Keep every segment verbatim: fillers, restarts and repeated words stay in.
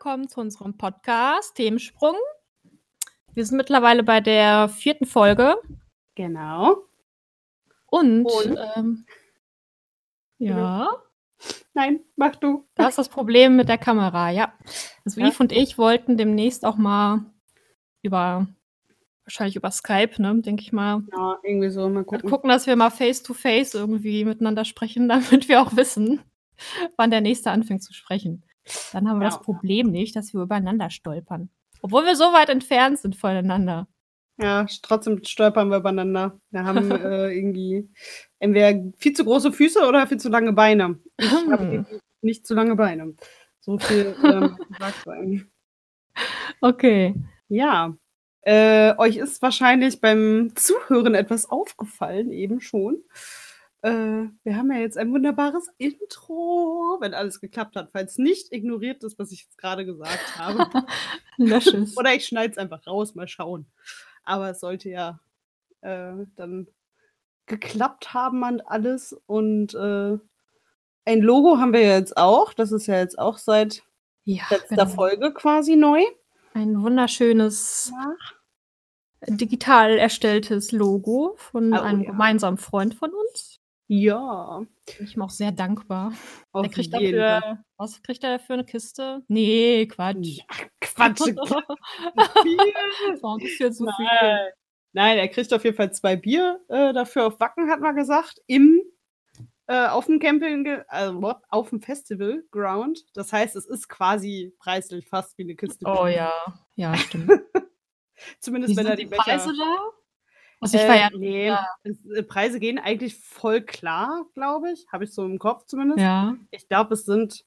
willkommen zu unserem Podcast Themensprung. Wir sind mittlerweile bei der vierten Folge. Genau. Und, Und? ähm ja? Nein, mach du. Da ist das Problem mit der Kamera, ja. Also Ja. Yves und ich wollten demnächst auch mal über wahrscheinlich über Skype, ne, denke ich mal Ja, irgendwie so, mal mal gucken. gucken, dass wir mal face to face irgendwie miteinander sprechen, damit wir auch wissen, wann der Nächste anfängt zu sprechen. Dann haben wir Ja. das Problem nicht, dass wir übereinander stolpern. Obwohl wir so weit entfernt sind voneinander. Ja, sch trotzdem stolpern wir übereinander. Wir haben, äh, irgendwie entweder viel zu große Füße oder viel zu lange Beine. Ich habe Hm. definitiv nicht zu lange Beine. So viel, ähm, muss gesagt sein. Okay. Ja. Äh, euch ist wahrscheinlich beim Zuhören etwas aufgefallen eben schon. Äh, wir haben ja jetzt ein wunderbares Intro, wenn alles geklappt hat. Falls nicht, ignoriert das, was ich jetzt grade gesagt habe. Lösch es. Oder ich schneide es einfach raus, mal schauen. Aber es sollte ja, äh, dann geklappt haben und alles. Und, äh, ein Logo haben wir ja jetzt auch. Das ist ja jetzt auch seit Ja, letzter genau. Folge quasi neu. Ein wunderschönes Ja. digital erstelltes Logo von Oh, einem ja. gemeinsamen Freund von uns. Ja. Bin ich ihm auch sehr dankbar. Der Auf kriegt jeden Fall. dafür was kriegt er für 'ne Kiste? Ne, Quatsch. Ja, Quatsch. Das war 'n bisschen zu viel. Nein. Nein, er kriegt auf jeden Fall zwei Bier, äh, dafür auf Wacken, hat man gesagt, im äh, auf'm Camping ge äh, auf'm Festival Ground. Das heißt, es ist quasi preislich fast wie 'ne Kiste Oh Bier. ja, ja, stimmt. Zumindest Wie wenn er sind die die Preise Becher da? Also, ich war Äh, ja ne, ja. es äh, Preise gehen eigentlich voll klar, glaube ich. Habe ich so im Kopf zumindest. Ja. Ich glaube, es sind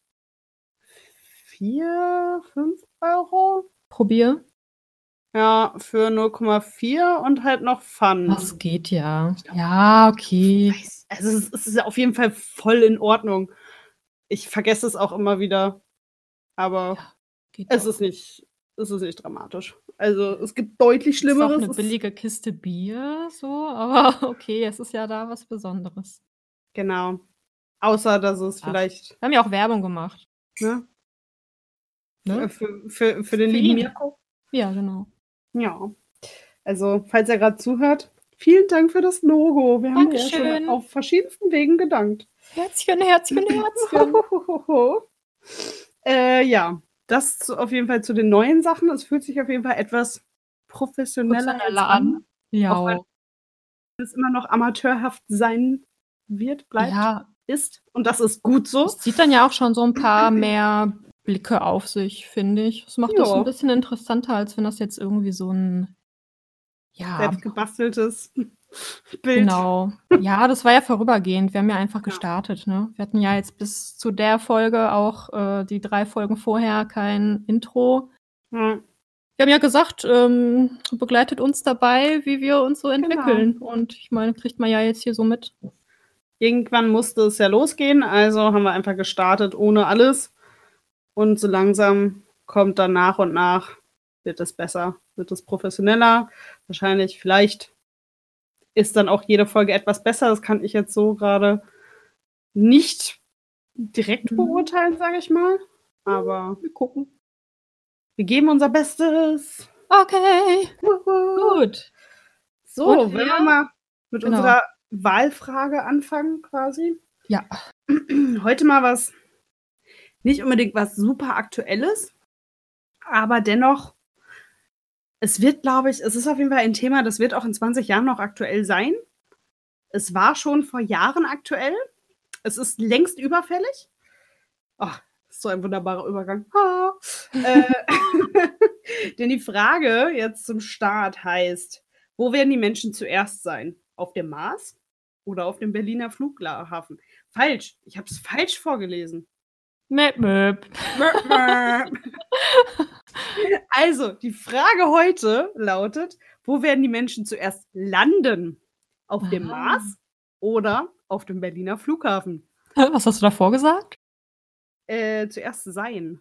vier, fünf Euro? Pro Bier? Ja, für null Komma vier und halt noch Pfand. Das geht ja. Ich glaube Ja, okay. weiß also, es es ist auf jeden Fall voll in Ordnung. Ich vergesse es auch immer wieder, aber Ja, geht es doch. ist nicht es ist nicht dramatisch. Also, es gibt deutlich Ist auch Schlimmeres. 'ne Es billige Kiste Bier so, aber okay, es ist ja da was Besonderes. Genau. Außer, dass es Ach, vielleicht wir haben ja auch Werbung gemacht. ne? Ne? Äh, für für für den Für lieben ihn. Mirko. Ja, genau. Ja. Also, falls er grad zuhört, vielen Dank für das Logo. Wir haben dir ja schon Dankeschön. auf verschiedensten Wegen gedankt. Herzchen, Herzchen, Herzchen. Äh, ja, das zu auf jeden Fall zu den neuen Sachen. Es fühlt sich auf jeden Fall etwas professioneller jetzt Professioneller an, an. Ja. auch wenn es immer noch amateurhaft sein wird, bleibt, Ja. ist. Und das ist gut so. Es zieht dann ja auch schon so 'n paar mehr Blicke auf sich, finde ich. Das macht das 'n Ja. bisschen interessanter, als wenn das jetzt irgendwie so 'n ja Selbstgebasteltes Bild. Genau. Ja, das war ja vorübergehend. Wir haben ja einfach Ja. gestartet, ne? Wir hatten ja jetzt bis zu der Folge auch, äh, die drei Folgen vorher kein Intro. Ja. Wir haben ja gesagt, ähm, begleitet uns dabei, wie wir uns so Genau. entwickeln. Und ich meine, kriegt man ja jetzt hier so mit. Irgendwann musste es ja losgehen, also haben wir einfach gestartet ohne alles. Und so langsam kommt dann nach und nach wird es besser, wird es professioneller. Wahrscheinlich vielleicht ist dann auch jede Folge etwas besser. Das kann ich jetzt so grade nicht direkt Mhm. beurteilen, sage ich mal. Aber Wir gucken. wir geben unser Bestes. Okay. Wuhu. Gut. So, Und wollen wir wir mal mit genau. unserer Wahlfrage anfangen quasi? Ja. Heute mal was nicht unbedingt was super Aktuelles, aber dennoch es wird, glaube ich es ist auf jeden Fall ein Thema, das wird auch in zwanzig Jahren noch aktuell sein. Es war schon vor Jahren aktuell. Es ist längst überfällig. Ach, so ein wunderbarer Übergang. Ah. Äh, denn die Frage jetzt zum Start heißt: Wo werden die Menschen zuerst sein? Auf dem Mars oder auf dem Berliner Flughafen? Falsch, ich habe es falsch vorgelesen. Möp, möp. Möp, möp. Also, die Frage heute lautet: Wo werden die Menschen zuerst landen? Auf dem Aha. Mars oder auf dem Berliner Flughafen? Hä, was hast du davor gesagt? Äh, zuerst sein.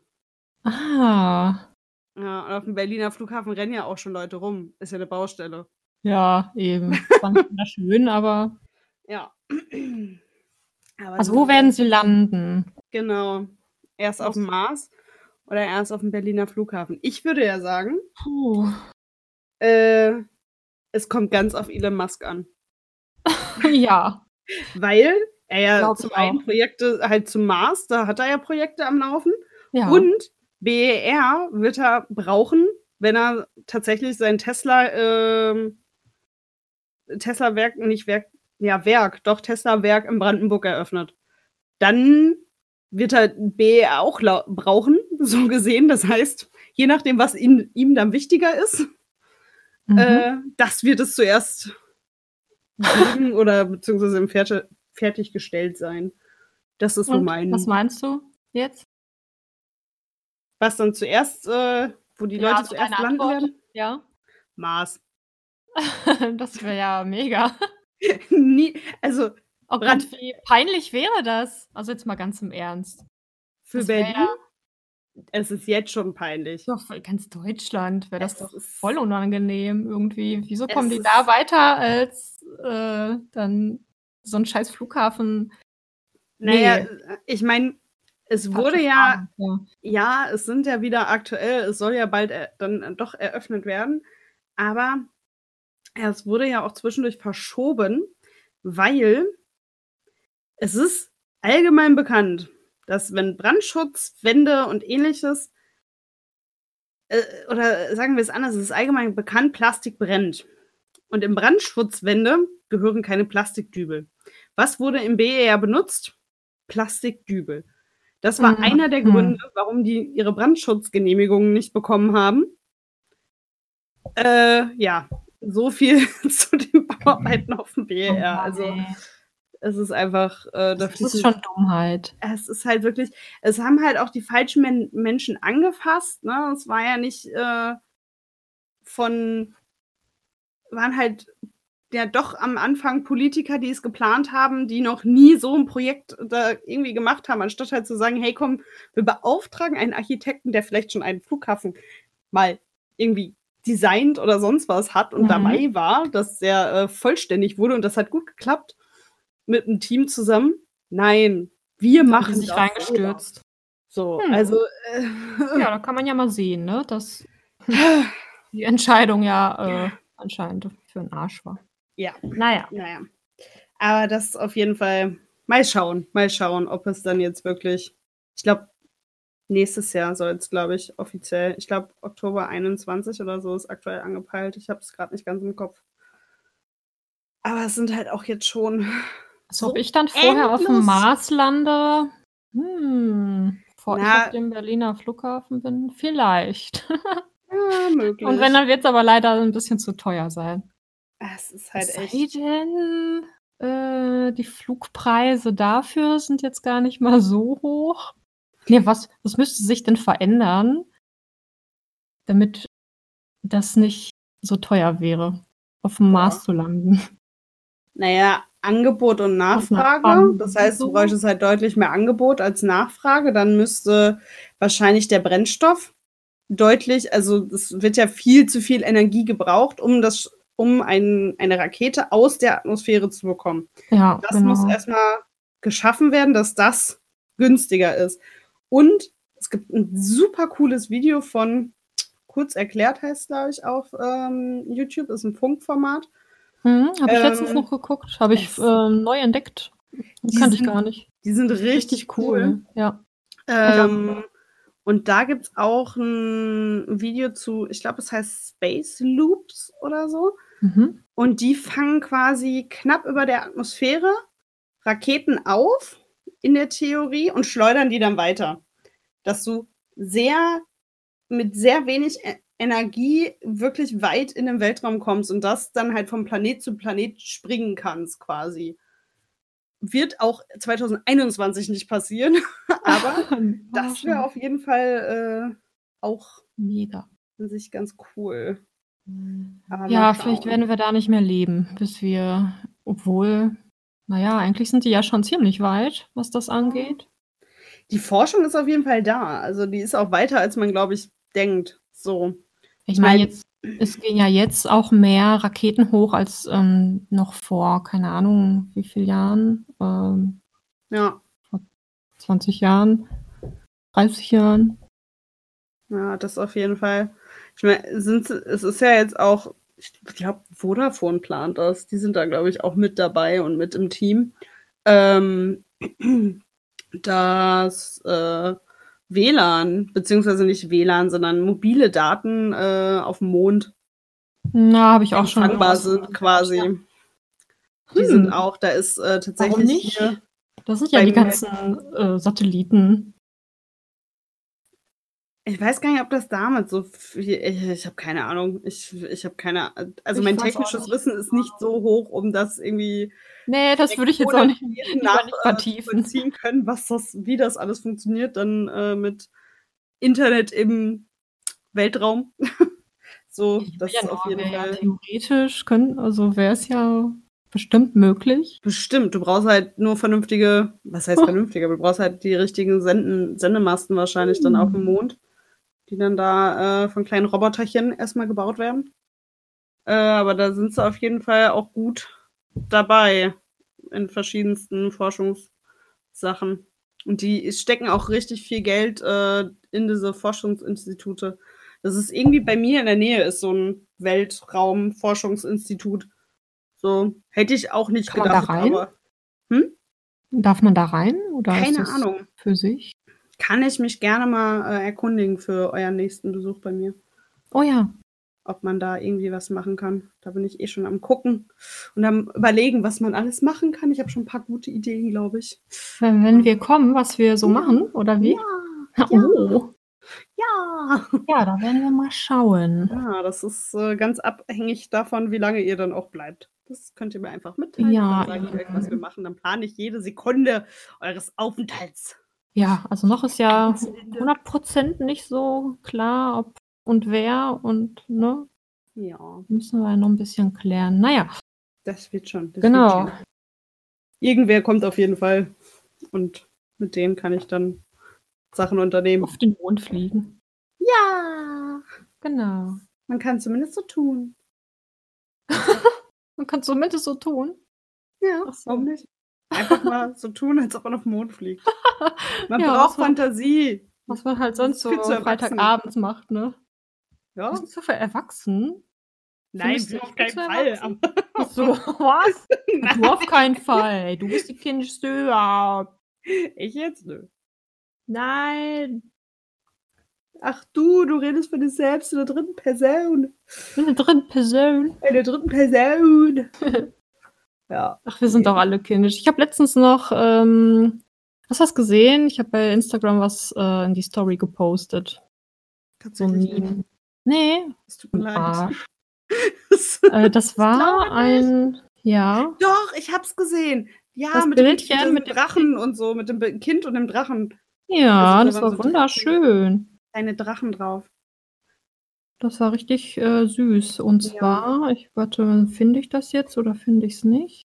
Ah. Ja, und auf'm Berliner Flughafen rennen ja auch schon Leute rum. Ist ja 'ne Baustelle. Ja, eben. Zwar nicht wunderschön, aber Ja. Aber Also, so wo werden sie landen? Genau. Erst Muss auf'm Mars oder erst aufm Berliner Flughafen? Ich würde ja sagen Puh. äh, es kommt ganz auf Elon Musk an. Ja. Weil er ja Glaube zum ich einen auch. Projekte halt zum Mars, da hat er ja Projekte am Laufen Ja. und B E R wird er brauchen, wenn er tatsächlich sein Tesla, ähm Tesla-Werk nicht Werk ja, Werk, doch Tesla-Werk in Brandenburg eröffnet. Dann wird er B E R auch lau brauchen, so gesehen. Das heißt, je nachdem, was ihn ihm dann wichtiger ist, Mhm. äh, das wird es zuerst geben oder beziehungsweise im Ferte fertiggestellt sein. Das ist so Und was mein meinst du jetzt? Was dann zuerst äh, wo die Ja, Leute so deine zuerst landen Antwort, werden? ja? Mars. Das wäre ja mega. Nie also, Oh Gott, Brand wie peinlich wäre das? Also, jetzt mal ganz im Ernst. Für Das wäre Berlin? ja Es ist jetzt schon peinlich. doch für ganz Deutschland wäre das Es doch voll ist unangenehm irgendwie. Wieso kommen es die da ist weiter als, äh, dann so 'n scheiß Flughafen? Na ja, Ne. äh, ich meine, es wurde Falsche ja Frage, ja. ja, es sind ja wieder aktuell es soll ja bald, äh, dann doch eröffnet werden, aber es wurde ja auch zwischendurch verschoben, weil es ist allgemein bekannt, dass wenn Brandschutz, Wände und Ähnliches äh, oder sagen wir es anders, es ist allgemein bekannt, Plastik brennt. Und in Brandschutzwände gehören keine Plastikdübel. Was wurde im B E R benutzt? Plastikdübel. Das war einer der Gründe, Mhm. warum die ihre Brandschutzgenehmigungen nicht bekommen haben. Äh, ja, so viel zu den Bauarbeiten aufm B E Oh R. Mann, Also, ey. es ist einfach, äh da Also, das ist fließen schon Dummheit. es ist halt wirklich es haben halt auch die falschen Men Menschen angefasst, ne? Es war ja nicht, äh von waren halt ja doch am Anfang Politiker, die es geplant haben, die noch nie so 'n Projekt da irgendwie gemacht haben, anstatt halt zu sagen: „Hey, komm, wir beauftragen einen Architekten, der vielleicht schon einen Flughafen mal irgendwie designt oder sonst was hat und Mhm. dabei war, dass der, äh, vollständig wurde und das hat gut geklappt mit 'm Team zusammen.“ Nein, wir Da haben die machen sich das selber. reingestürzt. So, Hm. also, äh Ja, da kann man ja mal sehen, ne, dass die Entscheidung ja, äh, anscheinend für 'n Arsch war. Ja, Na ja. na ja. Aber das auf jeden Fall mal schauen mal schauen, ob es dann jetzt wirklich ich glaube, nächstes Jahr soll's, glaube ich, offiziell ich glaube, Oktober einundzwanzig oder so ist aktuell angepeilt. Ich habe es grad nicht ganz im Kopf. Aber es sind halt auch jetzt schon Also, ob so ich dann vorher aufm endlos Mars lande? Hm, bevor ich auf Na dem Berliner Flughafen bin? Vielleicht. Ja, Und wenn, möglich. dann wird's aber leider 'n bisschen zu teuer sein. Es ist halt Es sei echt denn, äh, die Flugpreise dafür sind jetzt gar nicht mal so hoch. Ne, was was müsste sich denn verändern damit das nicht so teuer wäre, aufm Boah. Mars zu landen? Na ja, Angebot und Was nach Nachfrage. Das heißt, du so? bräuchtest halt deutlich mehr Angebot als Nachfrage. Dann müsste wahrscheinlich der Brennstoff deutlich also, es wird ja viel zu viel Energie gebraucht, um das um ein eine Rakete aus der Atmosphäre zu bekommen. Ja, Das muss genau. erst mal geschaffen werden, dass das günstiger ist. Und es gibt 'n super cooles Video von „Kurz erklärt“ heißt's, glaube ich, auf, ähm, YouTube, ist 'n Funkformat. Mhm, habe ich letztens noch Ähm, geguckt, habe ich f es äh, neu entdeckt. Die Kannte ich sind gar nicht. die sind richtig Richtig cool. cool, ja. Ich auch. Ähm, und da gibt's auch 'n Video zu ich glaube, es heißt „Space Loops“ oder so. Mhm. Und die fangen quasi knapp über der Atmosphäre Raketen auf in der Theorie und schleudern die dann weiter, dass du sehr mit sehr wenig E Energie wirklich weit in den Weltraum kommst und das dann halt von Planet zu Planet springen kannst quasi. Wird auch zweitausendeinundzwanzig nicht passieren, aber Ah, das wäre schade. auf jeden Fall, äh, auch Mega. an sich ganz cool. Aber mal Ja, vielleicht schauen. werden wir da nicht mehr leben, bis wir obwohl, na ja, eigentlich sind die ja schon ziemlich weit, was das Ja. angeht. Die Forschung ist auf jeden Fall da. Also, die ist auch weiter, als man, glaube ich, denkt, so. Ich Ich meine meine jetzt es gehen ja jetzt auch mehr Raketen hoch als, ähm, noch vor, keine Ahnung, wie viel Jahren, ähm Ja. vor zwanzig Jahren, dreißig Jahren. Ja, das auf jeden Fall. Ich meine, sind sie es ist ja jetzt auch ich glaube, Vodafone plant das. Die sind da, glaube ich, auch mit dabei und mit im Team. Ähm, das, äh, W L A N, beziehungsweise nicht W L A N, sondern mobile Daten, äh, aufm Mond Na, habe ich auch schon empfangbar was sind von gehört, ja. quasi. Die sind Hm. auch da ist, äh, Warum tatsächlich nicht? hier Das sind ja bei die mir ganzen, äh, Satelliten. Ich weiß gar nicht, ob das damit so viel ich ich habe keine Ahnung. Ich ich habe keine A also, Ich mein weiß auch technisches nicht. Wissen ist nicht so hoch, um das irgendwie Ne, das direkt würde ich jetzt auch ohne nicht Lesen lieber nach nicht äh, vertiefen. vollziehen können, was das wie das alles funktioniert dann, äh, mit Internet im Weltraum. So, das Ja, ist auf nur jeden wäre ja Fall theoretisch können also, wäre es ja bestimmt möglich. Bestimmt, du brauchst halt nur vernünftige was heißt vernünftige, aber du brauchst halt die richtigen Senden Sendemasten wahrscheinlich dann aufm Hm. Mond, die dann da, äh, von kleinen Roboterchen erst mal gebaut werden. Äh, aber da sind sie auf jeden Fall auch gut dabei in verschiedensten Forschungssachen. Und die stecken auch richtig viel Geld, äh, in diese Forschungsinstitute. Das ist irgendwie bei mir in der Nähe ist so 'n Weltraumforschungsinstitut. So, hätte ich auch nicht Kann man da gedacht, rein? aber hm? Darf man da rein oder ist Keine das Ahnung. für sich? Kann ich mich gerne mal, äh, erkundigen für euren nächsten Besuch bei mir. Oh ja. Ob man da irgendwie was machen kann. Da bin ich eh schon am Gucken und am Überlegen, was man alles machen kann. Ich habe schon 'n paar gute Ideen, glaube ich. Wenn wenn wir kommen, was wir so Ja, machen oder ja, wie? ja, Oh. ja. Ja, da werden wir mal schauen. Ja, das ist, äh, ganz abhängig davon, wie lange ihr dann auch bleibt. Das könnt ihr mir einfach mitteilen und dann Ja, sage ich euch, was wir eben. machen. Dann plane ich jede Sekunde eures Aufenthalts. Ja, also, noch ist Am ja Wochenende. hundert Prozent nicht so klar, ob und wer und ne? Ja. Müssen wir ja noch 'n bisschen klären. Na ja. Das wird schon, das wird Genau. schon. Irgendwer kommt auf jeden Fall und mit denen kann ich dann Sachen Auf unternehmen. den Mond fliegen. Ja. Genau. Man kann zumindest so tun. Man kann zumindest so tun? Ja, Ach warum so. nicht? Einfach mal so tun, als ob man aufm Mond fliegt. Man Ja, was braucht man Fantasie. was man halt Das sonst ist viel zu so erwachsen. Freitagabends macht, ne? Wir Ja. sind zu ver erwachsen? Nein, Findest du, wir ich auf bin keinen zu Fall, erwachsen? aber Ach so, was? Du auf Nein. keinen Fall. Ey, du bist die kindischste überhaupt. Ich jetzt? Nö. Nein. Ach du, du redest von dir selbst in der dritten Person. In der dritten Person. In der dritten Person. Ja, Ach, wir sind ne. doch alle kindisch. Ich habe letztens noch, ähm hast du das gesehen? Ich habe bei Instagram was, äh, in die Story gepostet. So 'n Tatsächlich nicht. Meme. Ne? Es tut mir Du leid. Arsch. Das Äh, das ich glaube war nicht. ein ja? Doch, ich habe es gesehen. Ja, Das mit dem mit Bildchen diesem mit dem Kind. Drachen und so, mit dem B Kind und dem Drachen. Also, Ja, da das waren war so dr kleine wunderschön. kleine Drachen drauf. Das war richtig, äh, süß. Und Ja. zwar ich warte, finde ich das jetzt oder finde ich's nicht?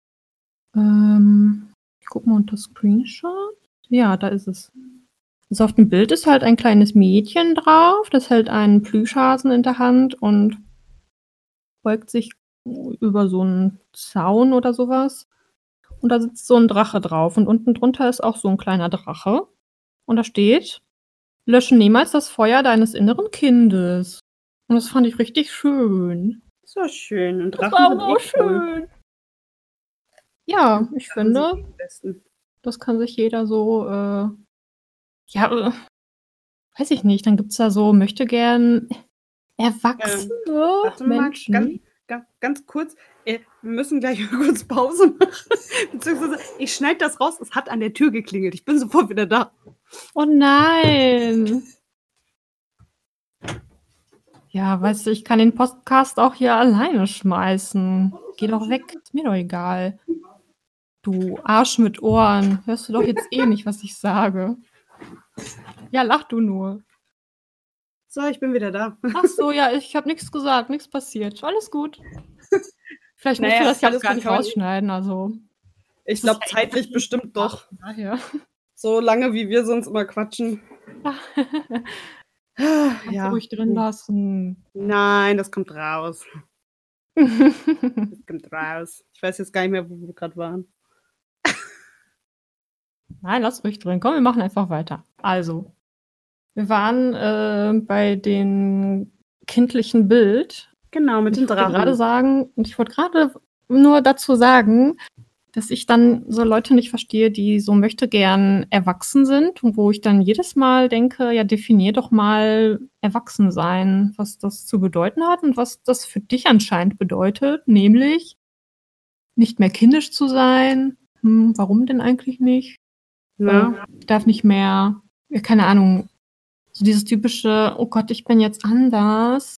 Ähm, ich gucke mal unter Screenshot. Ja, da ist es. Also, auf dem Bild ist halt ein kleines Mädchen drauf, das hält einen Plüschhasen in der Hand und beugt sich über so 'n Zaun oder so was. Und da sitzt so 'n Drache drauf und unten drunter ist auch so 'n kleiner Drache. Und da steht: „Lösche niemals das Feuer deines inneren Kindes.“ Und das fand ich richtig schön. Ist doch schön und Das Drachen war sind so eh cool. schön. Ja, ich Drachen sind finde eh die Besten. das kann sich jeder so, äh ja, äh weiß ich nicht, dann gibt's da so möchtegern Ähm, erwachsene warte mal, ganz Menschen. ga ganz kurz. Äh, wir müssen gleich mal kurz Pause machen, beziehungsweise ich schneide das raus. Es hat an der Tür geklingelt. Ich bin sofort wieder da. Oh nein. Ja, weißt du, ich kann den Podcast auch hier alleine schmeißen. Geh doch weg, ist mir doch egal. Du Arsch mit Ohren. Hörst du doch jetzt eh nicht, was ich sage. Ja, lach du nur. So, ich bin wieder da. Ach so, ja, ich habe nix gesagt, nix passiert. Alles gut. Vielleicht Na musst du ja, das ja auch alles gar gut, nicht kann man eh rausschneiden, also Ich es ist glaube, ja eh zeitlich bestimmt doch. von daher. So lange, wie wir sonst immer quatschen. Kannst du Ja, ruhig drin ne. lassen. Nein, das kommt raus. Das kommt raus. Ich weiß jetzt gar nicht mehr, wo wir grad waren. Nein, lass ruhig drin. Komm, wir machen einfach weiter. Also Wir waren, äh, bei den kindlichen Bild. Genau, mit Und den ich wollte grade Drachen. sagen und ich wollte grade nur dazu sagen, dass ich dann so Leute nicht verstehe, die so möchtegern erwachsen sind und wo ich dann jedes Mal denke: „Ja, definier doch mal Erwachsensein, was das zu bedeuten hat und was das für dich anscheinend bedeutet, nämlich nicht mehr kindisch zu sein. Hm, warum denn eigentlich nicht? Äh, Ja. ich darf nicht mehr ja, keine Ahnung, so dieses typische: „Oh Gott, ich bin jetzt anders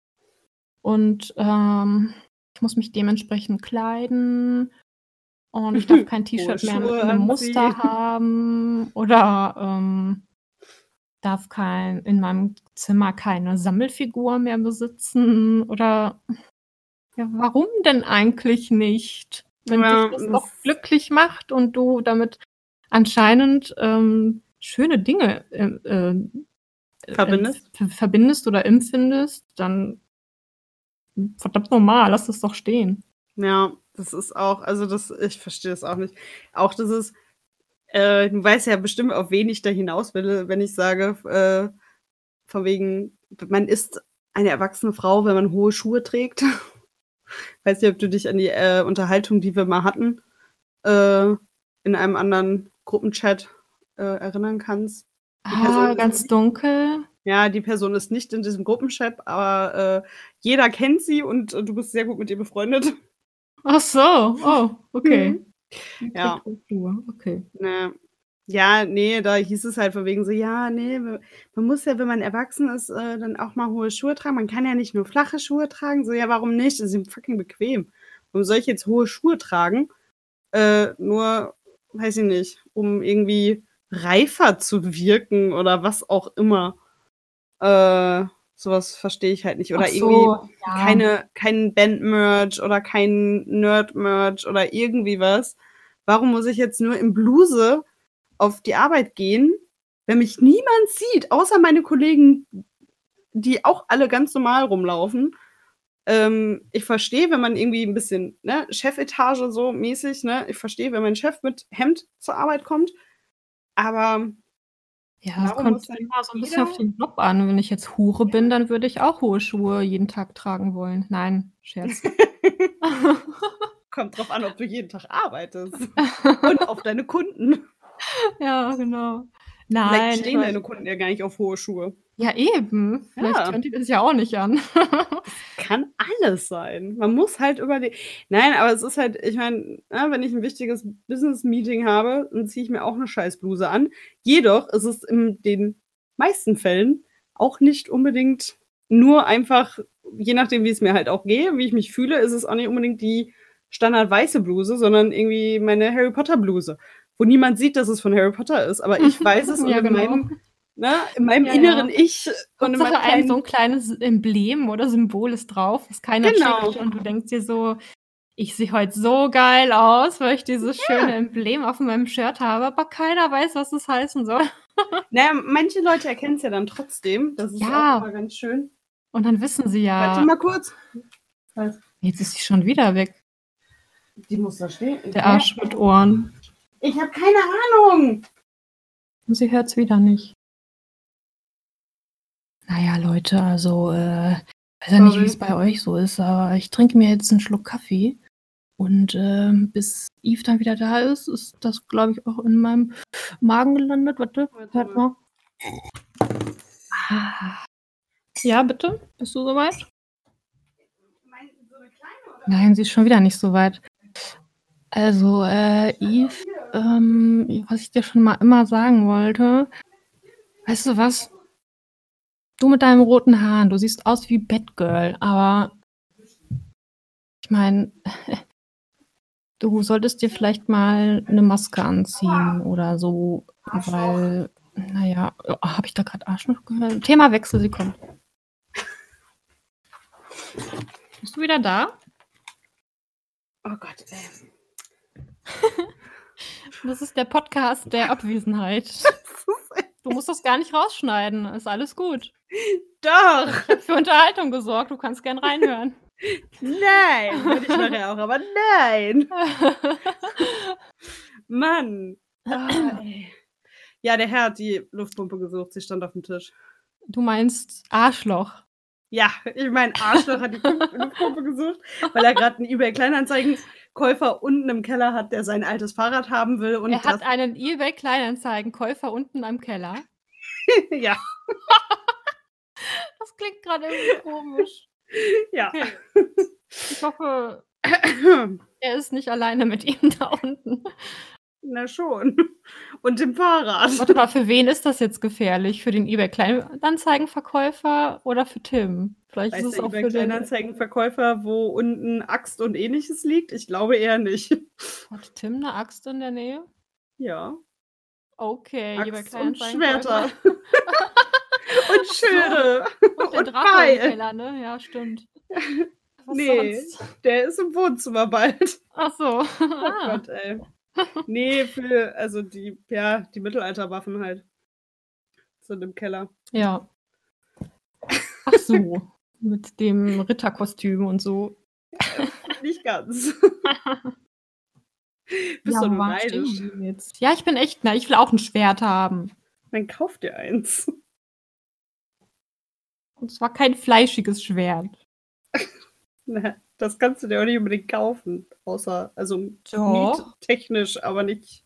und, ähm, ich muss mich dementsprechend kleiden und ich darf kein Hohe T-Shirt mehr mit Schuhe 'nem anziehen. Muster haben oder, ähm, darf kein in meinem Zimmer keine Sammelfigur mehr besitzen“ oder ja, warum denn eigentlich nicht? Wenn dich Ja, das doch das glücklich macht und du damit anscheinend, ähm, schöne Dinge, äh, ähm, äh, empf Verbindest? v verbindest oder empfindest, dann hm, verdammt normal, lass das doch stehen. Ja, das ist auch also, das ich verstehe das auch nicht. Auch dieses äh, du weißt ja bestimmt, auf wen ich da hinaus will, wenn ich sage, f äh, von wegen, man ist eine erwachsene Frau, wenn man hohe Schuhe trägt. Weiß nicht, ob du dich an die, äh, Unterhaltung, die wir mal hatten, äh, in einem anderen Gruppenchat, äh, erinnern kannst. Die Ah, Person ist ganz nicht dunkel. ja, die Person ist nicht in diesem Gruppenchat, aber, äh, jeder kennt sie und du bist sehr gut mit ihr befreundet. Ach so, oh, okay. Mhm. Die Ja. trägt hohe Schuhe, okay. Ne. Ja, ne, da hieß es halt von wegen so: „Ja, ne, w man muss ja, wenn man erwachsen ist, äh, dann auch mal hohe Schuhe tragen. Man kann ja nicht nur flache Schuhe tragen.“ So: „Ja, warum nicht? Die sind fucking bequem. Warum soll ich jetzt hohe Schuhe tragen, äh, nur weiß ich nicht, um irgendwie reifer zu wirken oder was auch immer?“ Äh, so was verstehe ich halt nicht. Ach Oder irgendwie so, ja. keine kein Band-Merch oder kein Nerd-Merch oder irgendwie was. Warum muss ich jetzt nur in Bluse auf die Arbeit gehen, wenn mich niemand sieht, außer meine Kollegen, die auch alle ganz normal rumlaufen? Ähm, ich verstehe, wenn man irgendwie 'n bisschen, ne, Chefetage so mäßig, ne? Ich verstehe, wenn mein Chef mit Hemd zur Arbeit kommt, aber Ja, es warum muss kommt dann immer so 'n bisschen auf jeder den Job an. Wenn ich jetzt Hure bin, Ja. dann würde ich auch hohe Schuhe jeden Tag tragen wollen. Nein, Scherz. Kommt drauf an, ob du jeden Tag arbeitest und auf deine Kunden. Ja, genau. Vielleicht Nein, ich stehen weiß deine Kunden ja gar nicht auf hohe Schuhe. Ja, eben. Vielleicht Ja. hören die das ja auch nicht an. Das kann alles sein. Man muss halt überle nein, aber es ist halt ich meine, ne, wenn ich 'n wichtiges Business-Meeting habe, dann ziehe ich mir auch 'ne Scheiß-Bluse an. Jedoch ist es in den meisten Fällen auch nicht unbedingt nur einfach je nachdem, wie es mir halt auch gehe, wie ich mich fühle, ist es auch nicht unbedingt die Standard-weiße Bluse, sondern irgendwie meine Harry-Potter-Bluse, wo niemand sieht, dass es von Harry Potter ist, aber ich weiß es und Ja, in genau. meinem ne, in meinem Ja, inneren ja. Ich und in Hauptsache meinem ein so 'n kleinen kleines Emblem oder Symbol ist drauf, was keiner checkt Genau. und du denkst dir so: „Ich sehe heute so geil aus, weil ich dieses schöne Ja. Emblem auf meinem Shirt habe“, aber keiner weiß, was das heißen soll. Na ja, manche Leute erkennen's ja dann trotzdem. Das ist auch Ja. immer ganz schön. Und dann wissen sie Warte ja mal kurz. Was? Jetzt ist sie schon wieder weg. Die muss da stehen. Der Hä? Arsch mit Ohren. Ich habe keine Ahnung. Und sie hört's wieder nicht. Na ja, Leute, also, äh, weiß ja nicht, wie's Sorry. bei euch so ist, aber ich trinke mir jetzt 'n Schluck Kaffee und, ähm, bis Yves dann wieder da ist, ist das, glaube ich, auch in meinem Magen gelandet. Warte, Warte hört mal. mal. Ah. Ja, bitte? Bist du so weit? Meinst du so 'ne kleine oder was? Nein, sie ist schon wieder nicht so weit. Also, äh, Bleib doch Yves, hier. ähm, was ich dir schon mal immer sagen wollte weißt du was? Du mit deinen roten Haaren, du siehst aus wie Batgirl, aber ich meine, du solltest dir vielleicht mal 'ne Maske anziehen Aua. oder so, Arschloch. weil na ja oh, habe ich da grad Arschloch gehört? Themawechsel, sie kommt. Bist du wieder da? Oh Gott, ey. Das ist der Podcast der Abwesenheit. Das ist echt Du musst das gar nicht rausschneiden, ist alles gut. Doch. Ich habe für Unterhaltung gesorgt, du kannst gern reinhören. Nein, würde ich nachher auch, aber nein. Mann. Ah, ey. Ja, der Herr hat die Luftpumpe gesucht, sie stand aufm Tisch. Du meinst Arschloch. Ja, ich meine, Arschloch hat die Luftpumpe gesucht, weil er gerade 'n eBay-Kleinanzeigen-Käufer unten im Keller hat, der sein altes Fahrrad haben will und Er das hat einen eBay-Kleinanzeigen-Käufer unten am Keller? Ja. Das klingt grad irgendwie komisch. Ja. Okay. Ich hoffe, er ist nicht alleine mit ihm da unten. Na schon. Und dem Fahrrad. Warte mal, für wen ist das jetzt gefährlich? Für den eBay-Kleinanzeigen-Verkäufer oder für Tim? Vielleicht ist Weiß es der auch für den eBay-Kleinanzeigen-Verkäufer, wo unten Axt und Ähnliches liegt? Ich glaube eher nicht. Hat Tim 'ne Axt in der Nähe? Ja. Okay, Axt und eBay-Kleinanzeigen-Käufer. Schwerter. Und Ach so. Schilde. Und der Und Drache im Beil. Keller, ne? Ja, stimmt. Was Ne, sonst? der ist im Wohnzimmer bald. Ach so. Oh Ah. Gott, ey. Ne, für also die ja, die Mittelalterwaffen halt. Sind im Keller. Ja. Ach so, mit dem Ritterkostüm und so. Äh, nicht ganz. Bist Ja, doch wo nur waren wir stehen neidisch. geblieben jetzt? Ja, ich bin echt ne, ich will auch 'n Schwert haben. Dann kauf dir eins. Und zwar kein fleischiges Schwert. Na, das kannst du dir auch nicht unbedingt kaufen, außer also Doch. miettechnisch, aber nicht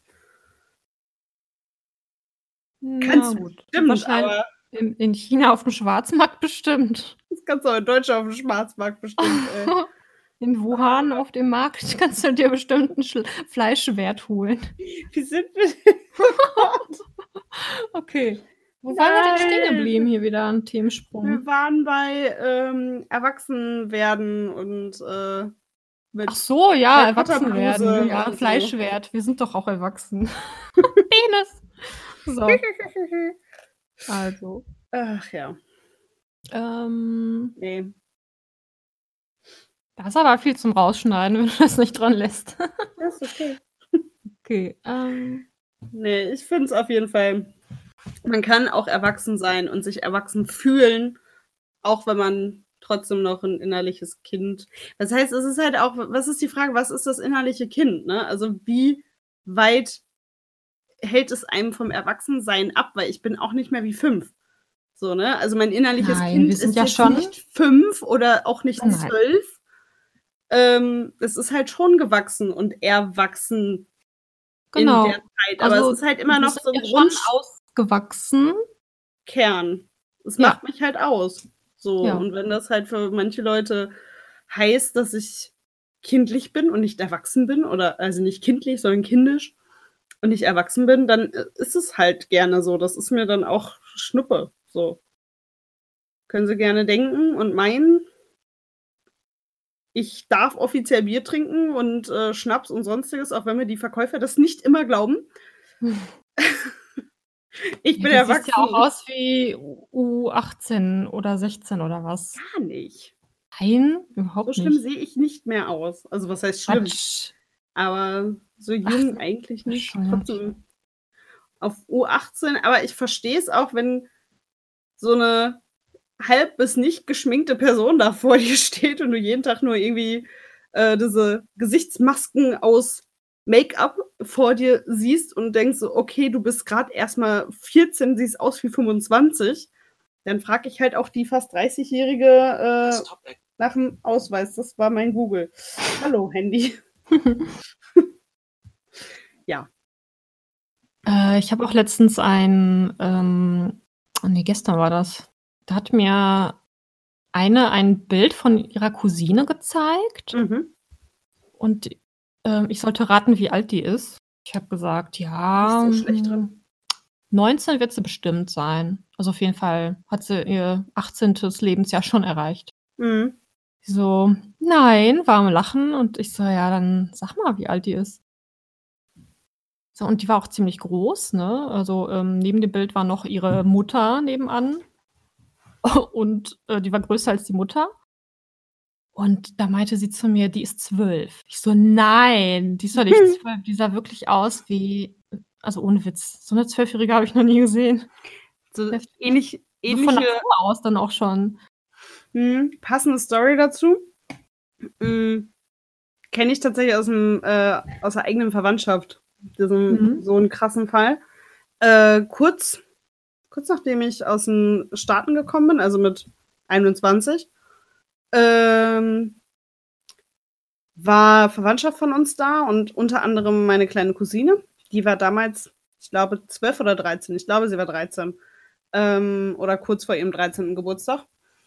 Na Kannst du gut. bestimmt, Wahrschei aber in in China aufm Schwarzmarkt bestimmt. Das kannst du auch in Deutschland aufm Schwarzmarkt bestimmt, ey. In Wuhan auf dem Markt kannst du dir bestimmt 'n Schl Fleischschwert holen. Wie sind wir denn oh Gott. Okay. Wo waren wir denn stehen geblieben Nein. hier wieder 'n Themensprung? Wir waren bei, ähm, Erwachsenwerden und, äh, mit Ach so, ja, Harry erwachsen werden. Potter-Bluse Ja, und so. Fleischschwert. Wir sind doch auch erwachsen. Penis. So. Also. Ach ja. Ähm Ne. Da ist aber viel zum Rausschneiden, wenn du das nicht dran lässt. Ja, ist okay. Okay, ähm Ne, ich finde es auf jeden Fall man kann auch erwachsen sein und sich erwachsen fühlen, auch wenn man trotzdem noch 'n innerliches Kind das heißt, es ist halt auch w was ist die Frage, was ist das innerliche Kind, ne? Also, wie weit hält es einem vom Erwachsensein ab? Weil ich bin auch nicht mehr wie fünf. So, ne? Also, mein innerliches Nein, Kind wir sind ist ja jetzt schon nicht fünf oder auch nicht Nein, nein. zwölf. Ähm, es ist halt schon gewachsen und erwachsen in der Genau. Zeit, aber es Also, ist halt immer wir noch sind so 'n ja schon Grundsch ausgewachsen. Kern. Es Ja. macht mich halt aus. So, Ja. und wenn das halt für manche Leute heißt, dass ich kindlich bin und nicht erwachsen bin oder also, nicht kindlich, sondern kindisch und nicht erwachsen bin, dann, äh, ist es halt gerne so. Das ist mir dann auch schnuppe, so. Können sie gerne denken und meinen ich darf offiziell Bier trinken und, äh, Schnaps und Sonstiges, auch wenn mir die Verkäufer das nicht immer glauben. Ich Ja, bin du siehst ja auch erwachsen. aus wie U U18 oder sechzehn oder was? Gar nicht. Nein, So überhaupt schlimm nicht. sehe ich nicht mehr aus. Also, was heißt schlimm? Quatsch. Aber so Ach, jung eigentlich nicht. bescheuert. Trotzdem auf U18, aber ich verstehe es auch, wenn so 'ne halb bis nicht geschminkte Person da vor dir steht und du jeden Tag nur irgendwie, äh, diese Gesichtsmasken aus Make-up vor dir siehst und denkst so: „Okay, du bist grad erst mal vierzehn, siehst aus wie fünfundzwanzig.“ Dann frage ich halt auch die fast Dreißigjährige, äh, nach'm Ausweis. Das war mein Google. Hallo, Handy. Ja. Äh, ich habe auch letztens ein, ähm ne, gestern war das. Da hat mir eine ein Bild von ihrer Cousine gezeigt Mhm. und, ähm, ich sollte raten, wie alt die ist. Ich habe gesagt: Nicht „Ja, so schlecht hm, drin. neunzehn wird sie bestimmt sein.“ Also, auf jeden Fall hat sie ihr achtzehntes Lebensjahr schon erreicht. Mhm. Sie so: „Nein“, war am Lachen und ich so: „Ja, dann sag mal, wie alt die ist.“ So, und die war auch ziemlich groß, ne? Also, ähm, neben dem Bild war noch ihre Mutter nebenan und, äh, die war größer als die Mutter. Und da meinte sie zu mir: „Die ist zwölf.“ Ich so: „Nein, die ist doch nicht zwölf, die sah wirklich aus wie“ also, ohne Witz, so 'ne Zwölfjährige habe ich noch nie gesehen. So Heftig. ähnlich So von ähnliche Natur aus dann auch schon. Mhm, passende Story dazu. Hm, kenne ich tatsächlich aus'm äh, aus der eigenen Verwandtschaft, diesen Mhm. so 'n krassen Fall. Äh, kurz kurz nachdem ich aus den Staaten gekommen bin, also mit einundzwanzig, ähm, war Verwandtschaft von uns da und unter anderem meine kleine Cousine. Die war damals, ich glaube, zwölf oder dreizehn. Ich glaube, sie war dreizehn. Ähm, oder kurz vor ihrem dreizehnten Geburtstag.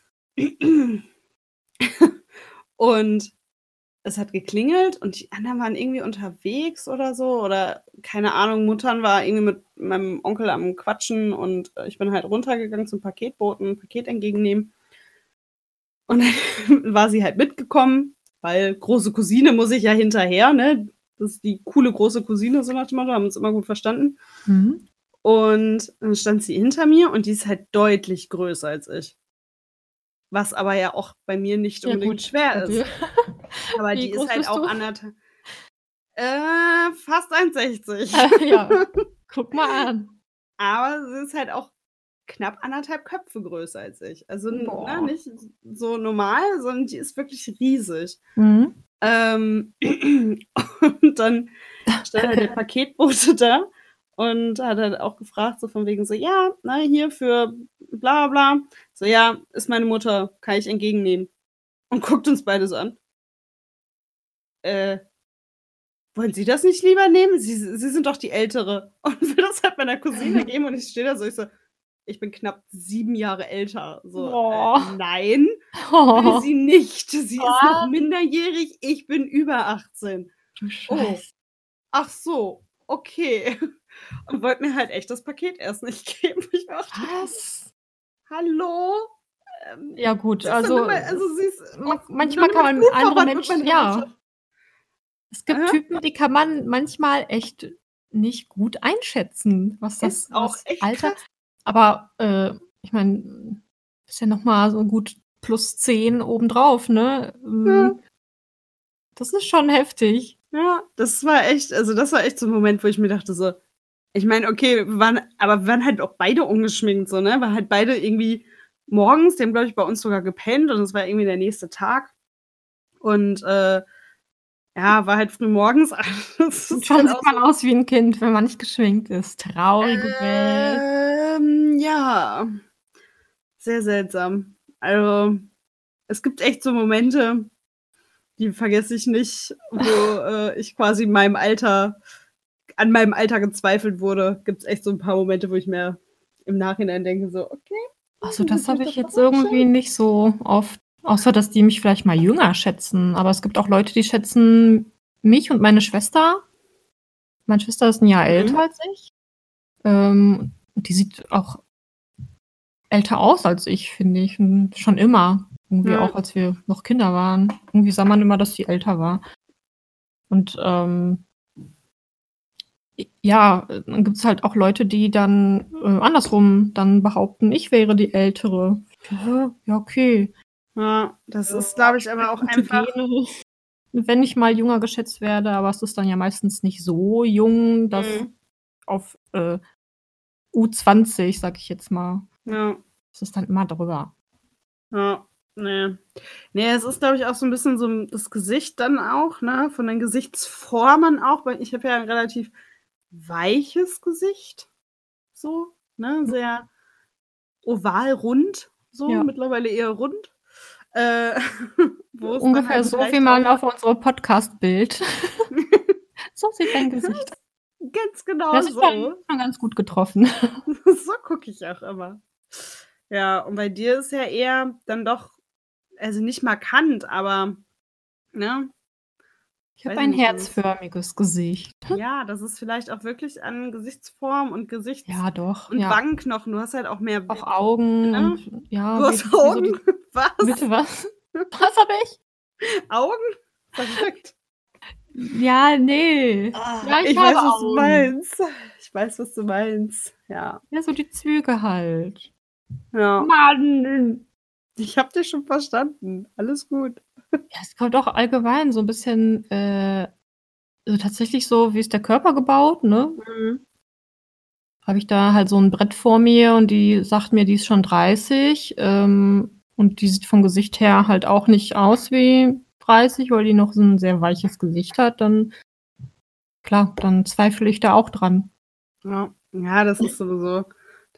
Und es hat geklingelt und die anderen waren irgendwie unterwegs oder so. Oder keine Ahnung, Muttern war irgendwie mit meinem Onkel am Quatschen und äh, ich bin halt runtergegangen zum Paketboten, Paket entgegennehmen. Und dann war sie halt mitgekommen, weil große Cousine muss ich ja hinterher, ne? Das ist die coole große Cousine, so nach dem Motto, haben uns immer gut verstanden. Mhm. Und dann stand sie hinter mir und die ist halt deutlich größer als ich. Was aber ja auch bei mir nicht Ja unbedingt gut, schwer bei ist. dir. Aber Wie die groß ist halt bist auch du? anderthalb. Äh, fast eins sechzig. Äh, ja, guck mal an. Aber sie ist halt auch knapp anderthalb Köpfe größer als ich. Also n- ne, Boah. nicht so normal, sondern die ist wirklich riesig. Mhm. Ähm, und dann stand halt der Paketbote da und hat halt auch gefragt, so von wegen so, ja, na, hier für bla bla bla. So, ja, ist meine Mutter, kann ich entgegennehmen. Und guckt uns beide so an. Äh, wollen Sie das nicht lieber nehmen? Sie, Sie sind doch die Ältere. Und will das halt meiner Cousine geben und ich stehe da so, ich so, ich bin knapp sieben Jahre älter. So, äh, Boah. nein, will Oh, sie nicht. Sie ist noch was? minderjährig, ich bin über achtzehn. Du Oh, Scheiße. ach so, okay. Und wollte mir halt echt das Paket erst nicht geben. Ich dachte, Was? hallo? Ähm, Ja gut, sie ist dann immer, also also sie ist ma auch manchmal dann kann immer man andere blutsverwandt mit Menschen meiner Mutter. ja. Es gibt Äh? Typen, die kann man manchmal echt nicht gut einschätzen, was das Ist auch was echt Alter krass. aber, äh, ich meine, ist ja noch mal so gut plus zehn obendrauf, ne? Ja. Hm, das ist schon heftig. Ja, das war echt, also das war echt so 'n Moment, wo ich mir dachte so, ich meine, okay, wir waren aber wir waren halt auch beide ungeschminkt so, ne? War halt beide irgendwie morgens, die haben, glaube ich, bei uns sogar gepennt und es war irgendwie der nächste Tag. Und, äh, ja, war halt früh morgens. Das Und ist schon halt sieht auch man so. aus wie 'n Kind, wenn man nicht geschminkt ist. Traurige Welt. Ähm, ja. Sehr seltsam. Also, es gibt echt so Momente, die vergesse ich nicht, wo, äh, ich quasi meinem Alter an meinem Alter gezweifelt wurde. Gibt's echt so 'n paar Momente, wo ich mir im Nachhinein denke so: „Okay, Also, hm, das hätte ich habe das ich doch jetzt irgendwie abgestellt?“ nicht so oft, außer dass die mich vielleicht mal jünger schätzen. Aber es gibt auch Leute, die schätzen mich und meine Schwester. Meine Schwester ist 'n Jahr älter Mhm. als ich. Ähm, und die sieht auch älter aus als ich, finde ich, hm, schon immer. Irgendwie Ja. auch, als wir noch Kinder waren. Irgendwie sah man immer, dass sie älter war. Und, ähm j ja, äh, dann gibt's halt auch Leute, die dann, äh, andersrum dann behaupten, ich wäre die Ältere. Ja, ja, okay. Ja, das Ja, ist, glaube ich, aber vielleicht auch gute einfach Gene, wenn ich mal jünger geschätzt werde, aber es ist dann ja meistens nicht so jung, dass Mhm. auf, äh, U zwanzig, sage ich jetzt mal. Ja. Das ist dann immer drüber. Ja, ne. Ne, es ist, glaube ich, auch so 'n bisschen so 'n das Gesicht dann auch, ne, von den Gesichtsformen auch, weil ich habe ja 'n relativ weiches Gesicht so, ne, Hm. sehr oval rund, so, Ja. mittlerweile eher rund. Äh, wo es dann Ungefähr halt so wie vielleicht auch mal auf unserem Podcast-Bild. So sieht dein Gesicht. Ganz genau Das ist schon so. schon ganz gut getroffen. So gucke ich auch immer. Ja, und bei dir ist ja eher dann doch also nicht markant, aber ne? Ich habe Weiß ich ein nicht, dieses herzförmiges Gesicht. ja, das ist vielleicht auch wirklich an Gesichtsform und Gesichts Ja, doch, und ja. Wangenknochen. Du hast halt auch mehr Auch Augen ne? und ja, Du wie hast wie so die Augen? Was? bitte was? Was habe ich? Augen? Verrückt. Ja, ne. Ah, Ja, ich ich habe weiß, was du Augen. meinst. Ich weiß, was du meinst. Ja. Ja, so die Züge halt. Ja. Mann. Ich habe dich schon verstanden. Alles gut. Ja, es kommt auch allgemein so 'n bisschen, äh also tatsächlich so, wie ist der Körper gebaut, ne? Mhm. Habe ich da halt so 'n Brett vor mir und die sagt mir, die ist schon dreißig, ähm, und die sieht vom Gesicht her halt auch nicht aus wie dreißig, weil die noch so 'n sehr weiches Gesicht hat, dann klar, dann zweifle ich da auch dran. Ja. Ja, das ist sowieso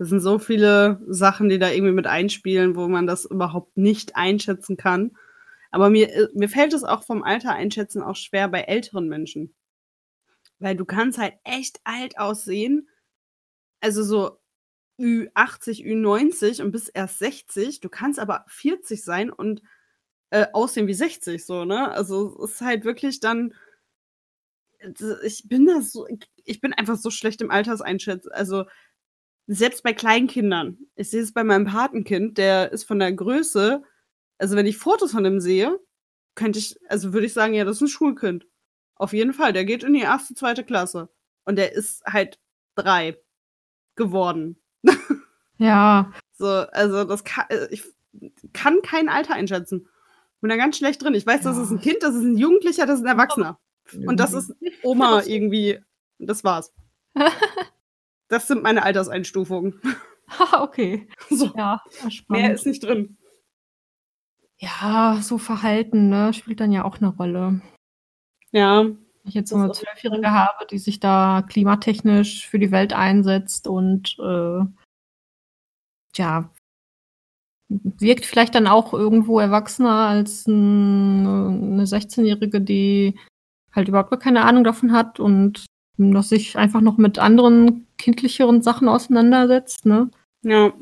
Das sind so viele Sachen, die da irgendwie mit einspielen, wo man das überhaupt nicht einschätzen kann. Aber mir äh, mir fällt es auch vom Alter einschätzen auch schwer bei älteren Menschen. Weil du kannst halt echt alt aussehen, also so Ü achtzig, Ü neunzig und bist erst sechzig. Du kannst aber vierzig sein und, äh, aussehen wie sechzig so, ne? Also, es ist halt wirklich dann d ich bin da so ich bin einfach so schlecht im Alterseinschätzen. Also, selbst bei kleinen Kindern. Ich sehe es bei meinem Patenkind, der ist von der Größe also, wenn ich Fotos von dem sehe, könnte ich also, würde ich sagen: „Ja, das ist 'n Schulkind.“ Auf jeden Fall, der geht in die erste, zweite Klasse. Und der ist halt drei geworden. Ja. So, also, das ka äh, ich kann kein Alter einschätzen. Bin da ganz schlecht drin. Ich weiß, das ist 'n Ja. Kind, das ist 'n Jugendlicher, das ist 'n Erwachsener. Und das ist Irgendwie. Oma irgendwie. Das war's. Das sind meine Alterseinstufungen. Okay. So, Ja, ja mehr spannend. ist nicht drin. Ja, so Verhalten, ne, spielt dann ja auch 'ne Rolle. Ja, Wenn ich jetzt so das 'ne auf jeden Fall. Zwölfjährige habe, die sich da klimatechnisch für die Welt einsetzt und, äh tja wirkt vielleicht dann auch irgendwo erwachsener als 'n 'ne 'ne Sechzehnjährige, die halt überhaupt gar keine Ahnung davon hat und noch sich einfach noch mit anderen kindlicheren Sachen auseinandersetzt, ne? Ja.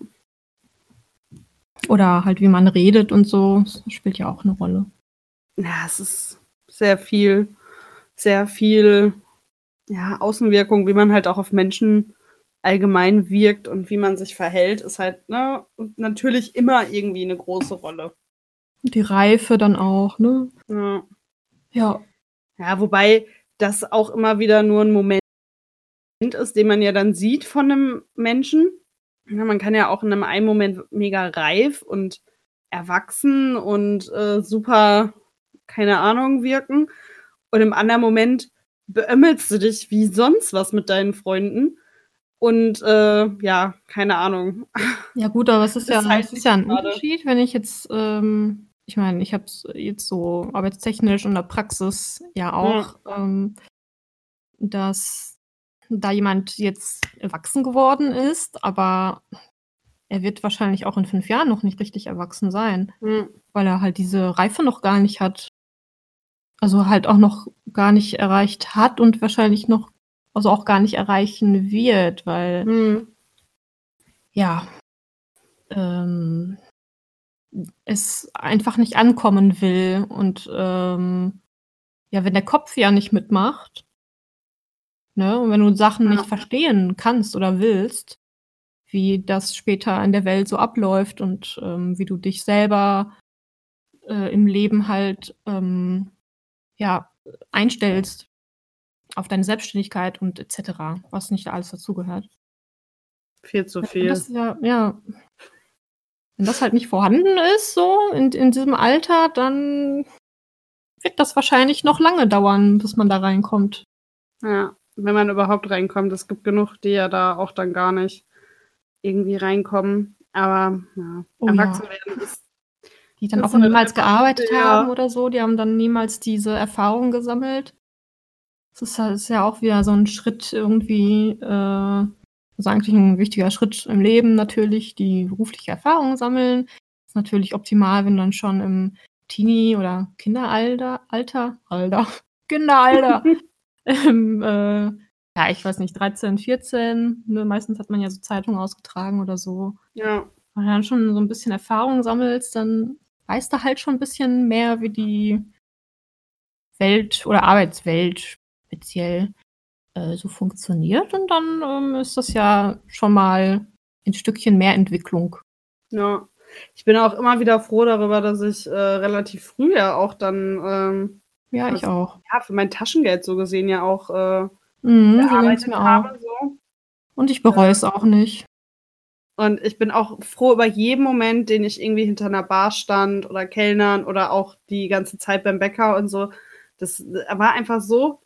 Oder halt, wie man redet und so, das spielt ja auch 'ne Rolle. Ja, es ist sehr viel sehr viel, ja, Außenwirkung, wie man halt auch auf Menschen allgemein wirkt und wie man sich verhält, ist halt, ne, natürlich immer irgendwie 'ne große Rolle. Die Reife dann auch, ne? Ja. Ja. Ja, wobei das auch immer wieder nur 'n Moment ist, den man ja dann sieht von 'nem Menschen. Ne, man kann ja auch in 'nem einen Moment mega reif und erwachsen und, äh, super, keine Ahnung, wirken. Und im anderen Moment beömmelst du dich wie sonst was mit deinen Freunden und, äh, ja, keine Ahnung. Ja gut, aber es ist ja Ist halt es ist nicht ja 'n grade Unterschied, wenn ich jetzt, ähm ich meine, ich habe es jetzt so arbeitstechnisch in der Praxis ja Ja. auch, ähm, dass da jemand jetzt erwachsen geworden ist, aber er wird wahrscheinlich auch in fünf Jahren noch nicht richtig erwachsen sein, Mhm. weil er halt diese Reife noch gar nicht hat. Also, halt auch noch gar nicht erreicht hat und wahrscheinlich noch also, auch gar nicht erreichen wird, weil Mhm. ja ähm, es einfach nicht ankommen will und, ähm, ja, wenn der Kopf ja nicht mitmacht ne, und wenn du Sachen nicht Ja. verstehen kannst oder willst, wie das später in der Welt so abläuft und, ähm, wie du dich selber, äh, im Leben halt, ähm, ja, einstellst auf deine Selbstständigkeit und et cetera, was nicht alles dazugehört. Viel zu Wenn viel. das ja ja wenn das halt nicht vorhanden ist so in in diesem Alter, dann wird das wahrscheinlich noch lange dauern, bis man da reinkommt. Ja, wenn man überhaupt reinkommt. Es gibt genug, die ja da auch dann gar nicht irgendwie reinkommen. Aber ja, Oh ja. erwachsen werden ist Die dann auch ist halt niemals einfach gearbeitet haben schwer. oder so, die haben dann niemals diese Erfahrung gesammelt. Das ist ja ist ja auch wieder so 'n Schritt irgendwie, äh ist eigentlich 'n wichtiger Schritt im Leben natürlich, die berufliche Erfahrung sammeln. Ist natürlich optimal, wenn du dann schon im Teenie oder Kinderalter Alter Alter Kinderalter, ähm, äh, ja, ich weiß nicht, dreizehn, vierzehn, ne? Meistens hat man ja so Zeitungen ausgetragen oder so. Ja. Wenn du dann schon so 'n bisschen Erfahrung sammelst, dann weißt du halt schon 'n bisschen mehr, wie die Welt oder Arbeitswelt speziell, äh, so funktioniert und dann, ähm, ist das ja schon mal ein Stückchen mehr Entwicklung. Ja. Ich bin auch immer wieder froh darüber, dass ich, äh, relativ früh ja auch dann, ähm, Ja, ich was auch. ja, für mein Taschengeld so gesehen ja auch, äh, Mhm, so ging's gearbeitet mir auch. habe so. Und ich bereue Äh es auch nicht. Und ich bin auch froh über jeden Moment, den ich irgendwie hinter 'ner Bar stand oder Kellnern oder auch die ganze Zeit beim Bäcker und so. Das, äh, war einfach so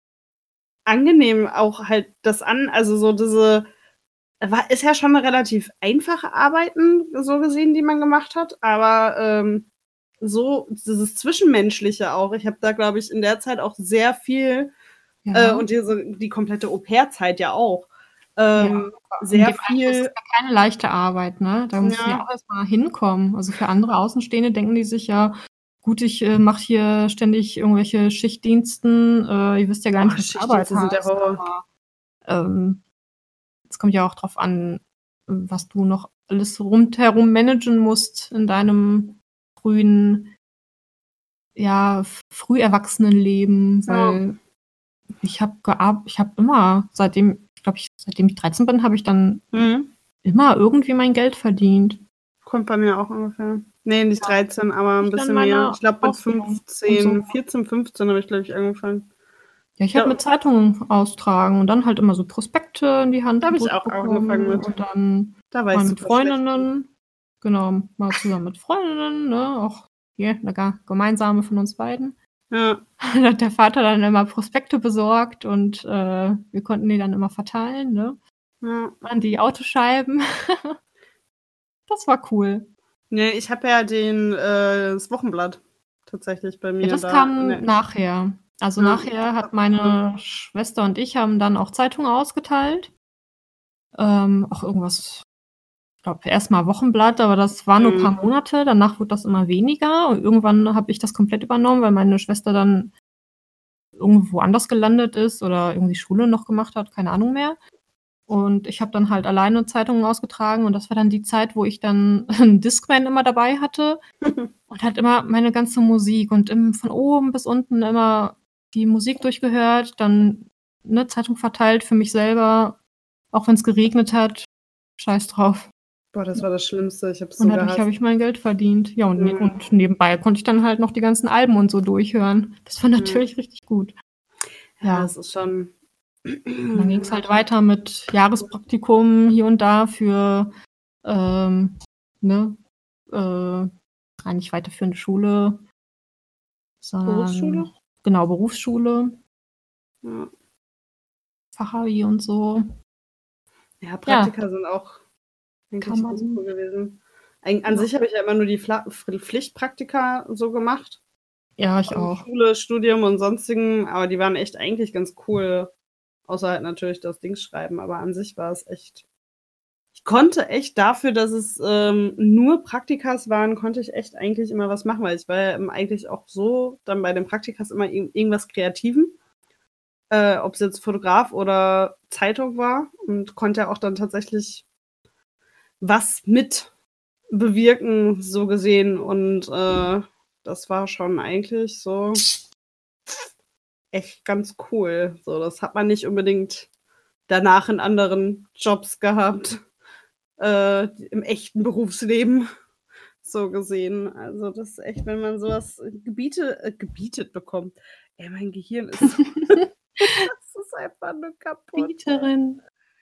angenehm auch halt das an also, so diese war ist ja schon 'ne relativ einfache Arbeiten so gesehen, die man gemacht hat, aber, ähm, so dieses Zwischenmenschliche auch. Ich habe da, glaube ich, in der Zeit auch sehr viel äh, Ja. und diese die komplette Au-pair-Zeit ja auch. Ähm, Ja, in sehr dem Alter ist es viel ja keine leichte Arbeit, ne? Da musst du ja Ja. auch erst mal hinkommen. Also, für andere Außenstehende denken die sich ja: „Gut, ich, äh, mache hier ständig irgendwelche Schichtdiensten, äh, ihr wisst ja gar Oh, nicht, was Arbeit Schichtdienste sind der heißt.“ Horror. Aber, ähm, es kommt ja auch drauf an, was du noch alles rundherum managen musst in deinem frühen ja, f Früherwachsenenleben, Ja. weil ich habe gearb ich habe immer seitdem ich glaube ich seitdem ich dreizehn bin, habe ich dann Mhm. immer irgendwie mein Geld verdient. Kommt bei mir auch ungefähr. Ne, nicht Ja. dreizehn, aber 'n Ich dann bisschen mehr. meine Ich glaube, mit Ausbildung und so. fünfzehn vierzehn, fünfzehn habe ich, glaube ich, angefangen. Ja, Ich ich habe glaube mit Zeitungen austragen und dann halt immer so Prospekte in die Hand Da habe ich gedrückt auch angefangen bekommen mit. und dann Da war ich mal mit super schlecht drin. Freundinnen genau, mal zusammen mit Freundinnen, ne, auch hier 'ne ga gemeinsame von uns beiden. Ja. Dann hat der Vater dann immer Prospekte besorgt und, äh, wir konnten die dann immer verteilen, ne, Ja. an die Autoscheiben. Das war cool. Ne, ich habe ja den äh, das Wochenblatt tatsächlich bei Ja, mir das da in kam der nachher. Also, Ja. nachher hat meine Schwester und ich haben dann auch Zeitungen ausgeteilt. Ähm, auch irgendwas ich glaube erst mal Wochenblatt, aber das war nur Mhm. paar Monate. Danach wurde das immer weniger und irgendwann habe ich das komplett übernommen, weil meine Schwester dann irgendwo anders gelandet ist oder irgendwie Schule noch gemacht hat, keine Ahnung mehr. Und ich habe dann halt alleine Zeitungen ausgetragen und das war dann die Zeit, wo ich dann 'n Discman immer dabei hatte und halt immer meine ganze Musik und im von oben bis unten immer die Musik durchgehört, dann, ne, Zeitung verteilt für mich selber, auch wenn's geregnet hat. Scheiß drauf. Boah, das war das Schlimmste. Ich habe es Und so dadurch habe gehasst. ich mein Geld verdient. Ja, und ne Mhm. und nebenbei konnte ich dann halt noch die ganzen Alben und so durchhören. Das war Mhm. natürlich richtig gut. Ja, Ja. das ist schon Und dann ging's halt weiter mit Jahrespraktikum hier und da für, ähm, ne, äh, ah, nicht weiterführende Schule, Berufsschule? sondern genau, Berufsschule. Ja. Fachabi und so. Ja, Ja. Praktika sind auch Kann eigentlich ganz man cool gewesen. Eig an Ja. sich habe ich ja immer nur die Fla Pfl Pflichtpraktika so gemacht. Ja, ich Von auch. Schule, Studium und Sonstigen, aber die waren echt eigentlich ganz cool, außer halt natürlich das Dings schreiben, aber an sich war es echt ich konnte echt dafür, dass es, ähm, nur Praktikas waren, konnte ich echt eigentlich immer was machen, weil ich war ja, ähm, eigentlich auch so dann bei den Praktikas immer in irgendwas Kreativem, äh, ob's jetzt Fotograf oder Zeitung war und konnte ja auch dann tatsächlich was mit bewirken, so gesehen und, äh, das war schon eigentlich so echt ganz cool. So, das hat man nicht unbedingt danach in anderen Jobs gehabt, äh, im echten Berufsleben so gesehen. Also, das ist echt, wenn man so was gebiete äh, gebietet bekommt. Ey, mein Gehirn ist so das ist einfach nur kaputt, ey. Bieterin.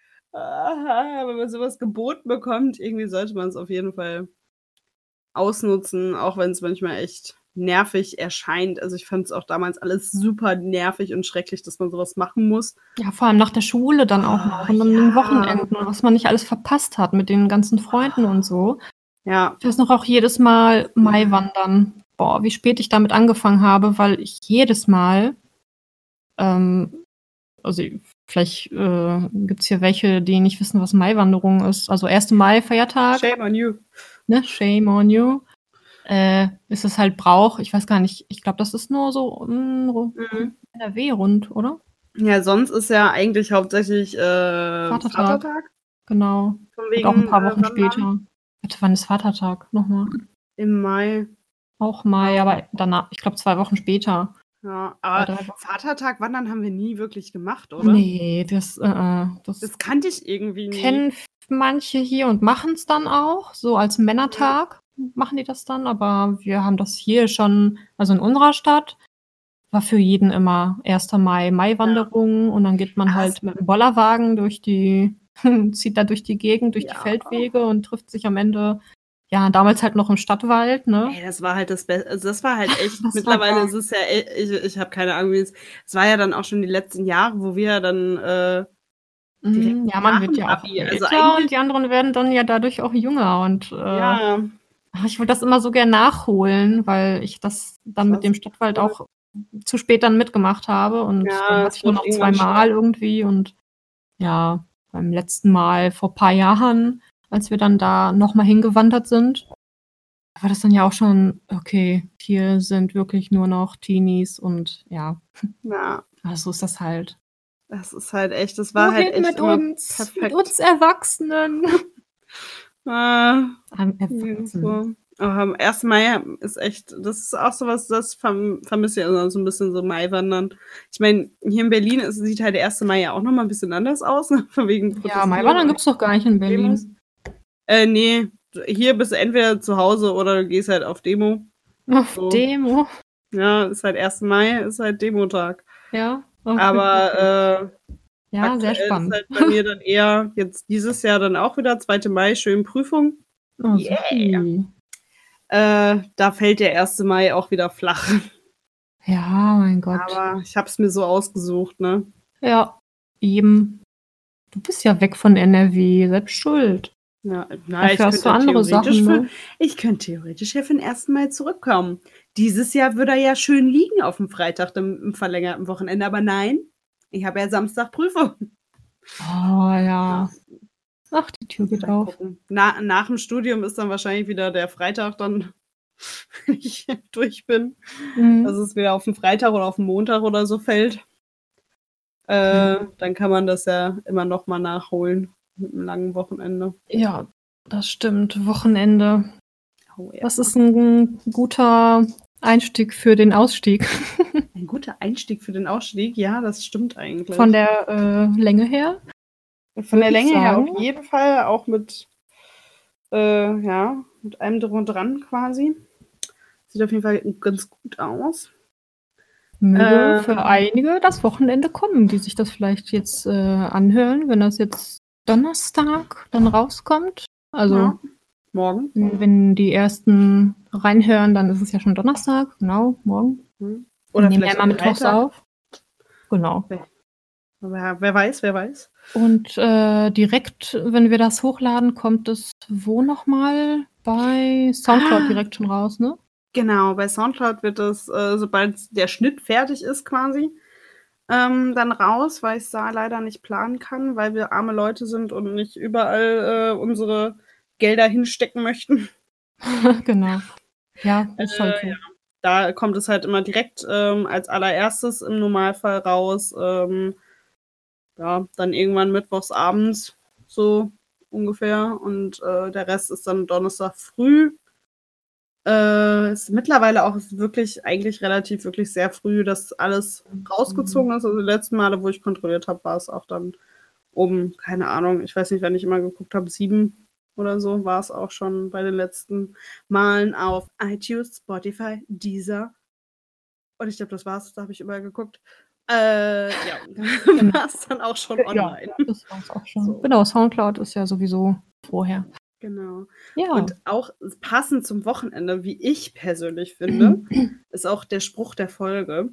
Ah, wenn man so was geboten bekommt, irgendwie sollte man's auf jeden Fall ausnutzen, auch wenn's manchmal echt nervig erscheint. Also, ich fand's auch damals alles super nervig und schrecklich, dass man so was machen muss. Ja, vor allem nach der Schule dann auch Oh, noch und an den ja. Wochenenden und was man nicht alles verpasst hat mit den ganzen Freunden und so. Ja. Ich weiß noch auch jedes Mal Maiwandern. Boah, wie spät ich damit angefangen habe, weil ich jedes Mal ähm, also, vielleicht, äh, gibt's hier welche, die nicht wissen, was Maiwanderung ist. Also, erster Mai Feiertag Shame on you. ne, shame on you. Äh, ist es halt Brauch ich weiß gar nicht, ich glaube, das ist nur so, hm, ru Mhm. N R W rund, oder? Ja, sonst ist ja eigentlich hauptsächlich, äh, Vatertag, Vatertag. genau. Von Und auch 'n wegen, paar äh, Wochen Wandern. später. Warte, wann ist Vatertag noch mal? Im Mai. Auch Mai, Genau. aber dana ich glaube, zwei Wochen später. Ja, zwei, aber drei Wochen. Vatertag wandern haben wir nie wirklich gemacht, oder? Ne, das äh, äh, das Das kannte ich irgendwie nie. kennen v manche hier und machen's dann auch, so als Mhm. Männertag machen die das dann, aber wir haben das hier schon also, in unserer Stadt war für jeden immer erster Mai Ja. Maiwanderung und dann geht man Ah, es halt mit'm Bollerwagen durch die zieht da durch die Gegend, durch die Ja. Feldwege und trifft sich am Ende ja, damals halt noch im Stadtwald, ne? Ey, das war halt das Be also, das war halt echt Das war mittlerweile geil. ist es ja e ich ich habe keine Ahnung, wie es es war ja dann auch schon die letzten Jahre, wo wir dann, äh, direkt Hm, ja, man nach wird dem ja auch Abi also, älter und eigentlich die anderen werden dann ja dadurch auch jünger und, äh, Ja. ach, ich wollte das immer so gern nachholen, weil ich das dann mit dem Stadtwald cool. auch zu spät dann mitgemacht habe und dann Ja, hatte es ich nur wurde noch irgendwann zweimal schwer. irgendwie und ja, beim letzten Mal vor paar Jahren, als wir dann da noch mal hingewandert sind, war das dann ja auch schon okay, hier sind wirklich nur noch Teenies und ja. Ja. Aber so ist das halt. Das ist halt echt das war halt Wohin echt mit immer uns? Mit perfekt. uns Erwachsenen. Ah, Am nirgendwo. Erwachsenen. Aber am ersten Mai ist echt das ist auch so was, das verm vermisse ich immer so 'n bisschen, so Maiwandern. Ich meine, hier in Berlin ist sieht halt der erste Mai ja auch noch mal 'n bisschen anders aus, ne, von wegen Ja, Protestieren Maiwandern und gibt's doch gar nicht in Demos. Berlin. Äh, ne, hier bist du entweder zu Hause oder du gehst halt auf Demo. Auf So. Demo? Ja, ist halt ersten Mai, ist halt Demotag. Ja, okay, okay. Aber, äh, Ja, sehr aktuell ist spannend. halt bei mir dann eher jetzt dieses Jahr dann auch wieder zweite Mai, schön Prüfung. Oh, Yeah. supi. Äh, da fällt der erste Mai auch wieder flach. Ja, mein Gott. Aber ich habe es mir so ausgesucht, ne? Ja, eben. Du bist ja weg von N R W, selbst schuld. Ja, na, ich Dafür hast könnte du andere theoretisch Sachen, für ne? ich könnte theoretisch ja für 'n ersten Mai zurückkommen. Dieses Jahr würde er ja schön liegen aufm Freitag, dann im verlängerten Wochenende, aber nein, ich habe ja Samstag Prüfung. Oh, ja. Ja. Ach, die Tür geht Mal auf. gucken. Na nach'm Studium ist dann wahrscheinlich wieder der Freitag dann, wenn ich durch bin, dass Mhm. es wieder auf'n Freitag oder auf'n Montag oder so fällt. Äh, Mhm. dann kann man das ja immer noch mal nachholen mit 'm langen Wochenende. Ja, das stimmt. Wochenende. Oh ja. Das ist 'n guter Einstieg für den Ausstieg. Ein guter Einstieg für den Ausstieg, ja, das stimmt eigentlich. Von der, äh, Länge her? Von der Würde ich Länge her auf sagen. jeden Fall, auch mit äh, ja, mit allem drum und dran quasi. Sieht auf jeden Fall ganz gut aus. Möge für Ähm einige das Wochenende kommen, die sich das vielleicht jetzt, äh, anhören, wenn das jetzt Donnerstag dann rauskommt. Also Ja, morgen. w wenn die Ersten reinhören, dann ist es ja schon Donnerstag, genau, morgen. Mhm. Wir Oder nehmen ja vielleicht immer auch mittwochs Freitag. auf. Genau. Wer wer wer weiß, wer weiß. Und, äh, direkt, wenn wir das hochladen, kommt es wo noch mal? Bei Soundcloud Ah. direkt schon raus, ne? Genau, bei Soundcloud wird das, äh, sobald der Schnitt fertig ist quasi, ähm, dann raus, weil ich's da leider nicht planen kann, weil wir arme Leute sind und nicht überall, äh, unsere Gelder hinstecken möchten. Genau. Ja, ist halt Äh, ja, so. da kommt es halt immer direkt, ähm, als Allererstes im Normalfall raus, ähm, ja, dann irgendwann mittwochs abends so ungefähr und, äh, der Rest ist dann Donnerstag früh. Äh, ist mittlerweile auch ist wirklich eigentlich relativ wirklich sehr früh, dass alles Mhm. rausgezogen ist. Also, die letzten Male, wo ich kontrolliert habe, war's auch dann um, keine Ahnung, ich weiß nicht, wann ich immer geguckt habe, sieben oder so war's auch schon bei den letzten Malen auf iTunes, Spotify, Deezer. Und ich glaube, das war's, da habe ich überall geguckt. Äh, ja, Genau. war's dann auch schon Äh, ja, online. das war's auch schon. So. Genau, Soundcloud ist ja sowieso vorher. Genau. Ja. Und auch s passend zum Wochenende, wie ich persönlich finde, ist auch der Spruch der Folge.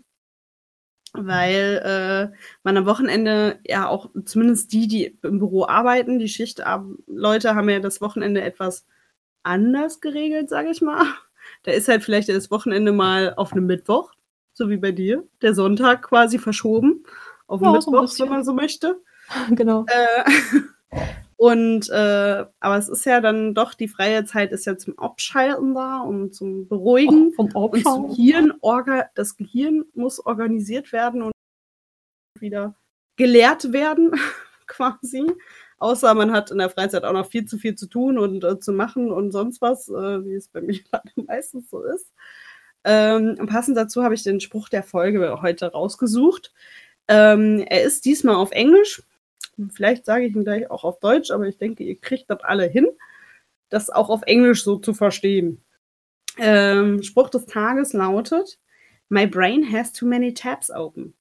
Weil, äh, man am Wochenende ja auch zumindest die, die im Büro arbeiten, die Schichtab Leute haben ja das Wochenende etwas anders geregelt, sage ich mal. Da ist halt vielleicht das Wochenende mal auf 'nem Mittwoch, so wie bei dir, der Sonntag quasi verschoben auf 'n Ja, so 'n Mittwoch, wenn bisschen. man so möchte. Genau. Äh, und, äh aber es ist ja dann doch die freie Zeit ist ja zum Abschalten da und zum Och, Beruhigen vom und zum Abschalten. Hirn orga das Gehirn muss organisiert werden und wieder geleert werden quasi. Außer man hat in der Freizeit auch noch viel zu viel zu tun und, äh, zu machen und sonst was, äh, wie es bei mir leider meistens so ist. Ähm, und passend dazu habe ich den Spruch der Folge heute rausgesucht. Ähm, er ist diesmal auf Englisch. Vielleicht sage ich ihn gleich auch auf Deutsch, aber ich denke, ihr kriegt das alle hin, das auch auf Englisch so zu verstehen. Ähm, Spruch des Tages lautet: „My brain has too many tabs open.“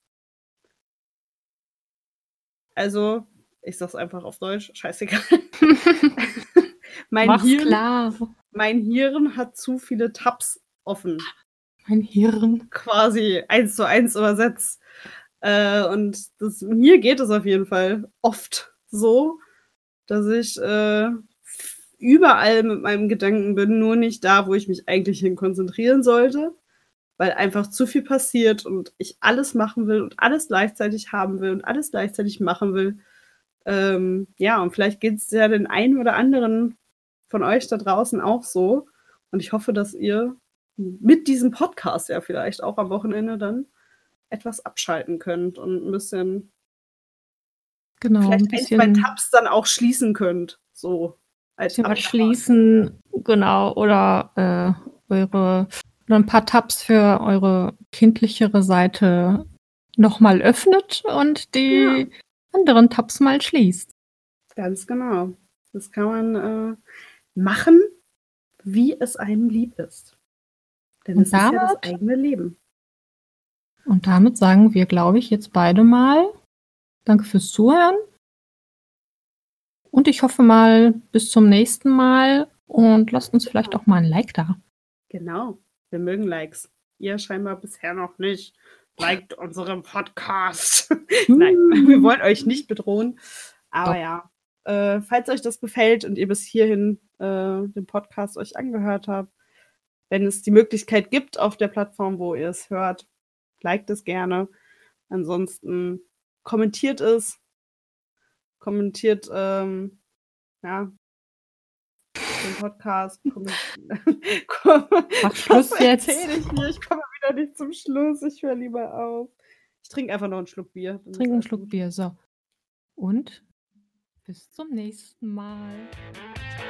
Also, ich sage es einfach auf Deutsch, scheißegal. Mein Mach's Hirn klar. mein Hirn hat zu viele Tabs offen. Mein Hirn. Quasi eins zu eins übersetzt. Äh, und das mir geht es auf jeden Fall oft so, dass ich, äh, überall mit meinem Gedanken bin, nur nicht da, wo ich mich eigentlich hin konzentrieren sollte, weil einfach zu viel passiert und ich alles machen will und alles gleichzeitig haben will und alles gleichzeitig machen will. Ähm, ja, und vielleicht geht es ja den einen oder anderen von euch da draußen auch so. Und ich hoffe, dass ihr mit diesem Podcast ja vielleicht auch am Wochenende dann etwas abschalten könnt und ein bisschen Genau, ein vielleicht ein, zwei bisschen, Tabs dann auch schließen könnt. So als bisschen was Abschluss. schließen, genau, oder äh, eure oder ein paar Tabs für eure kindlichere Seite nochmal öffnet und die Ja. anderen Tabs mal schließt. Ganz genau. Das kann man äh, machen, wie es einem lieb ist. Denn Und es ist ja das damit, eigene Leben. und damit sagen wir, glaube ich, jetzt beide mal Danke fürs Zuhören. Und ich hoffe mal, bis zum nächsten Mal und lasst uns vielleicht auch mal ein Like da. Genau. Wir mögen Likes. Ihr scheinbar bisher noch nicht. Liked unseren Podcast. Nein, wir wollen euch nicht bedrohen. Aber Doch. ja, äh, falls euch das gefällt und ihr bis hierhin äh, den Podcast euch angehört habt, wenn es die Möglichkeit gibt auf der Plattform, wo ihr es hört, liked es gerne. Ansonsten kommentiert es. Kommentiert, ähm, ja, den Podcast. Mach Schluss Was jetzt. erzähle ich hier? Ich komme wieder nicht zum Schluss. Ich höre lieber auf. Ich trinke einfach noch einen Schluck Bier. dann ist Trink einen alles Schluck gut. Bier. So. Und bis zum nächsten Mal.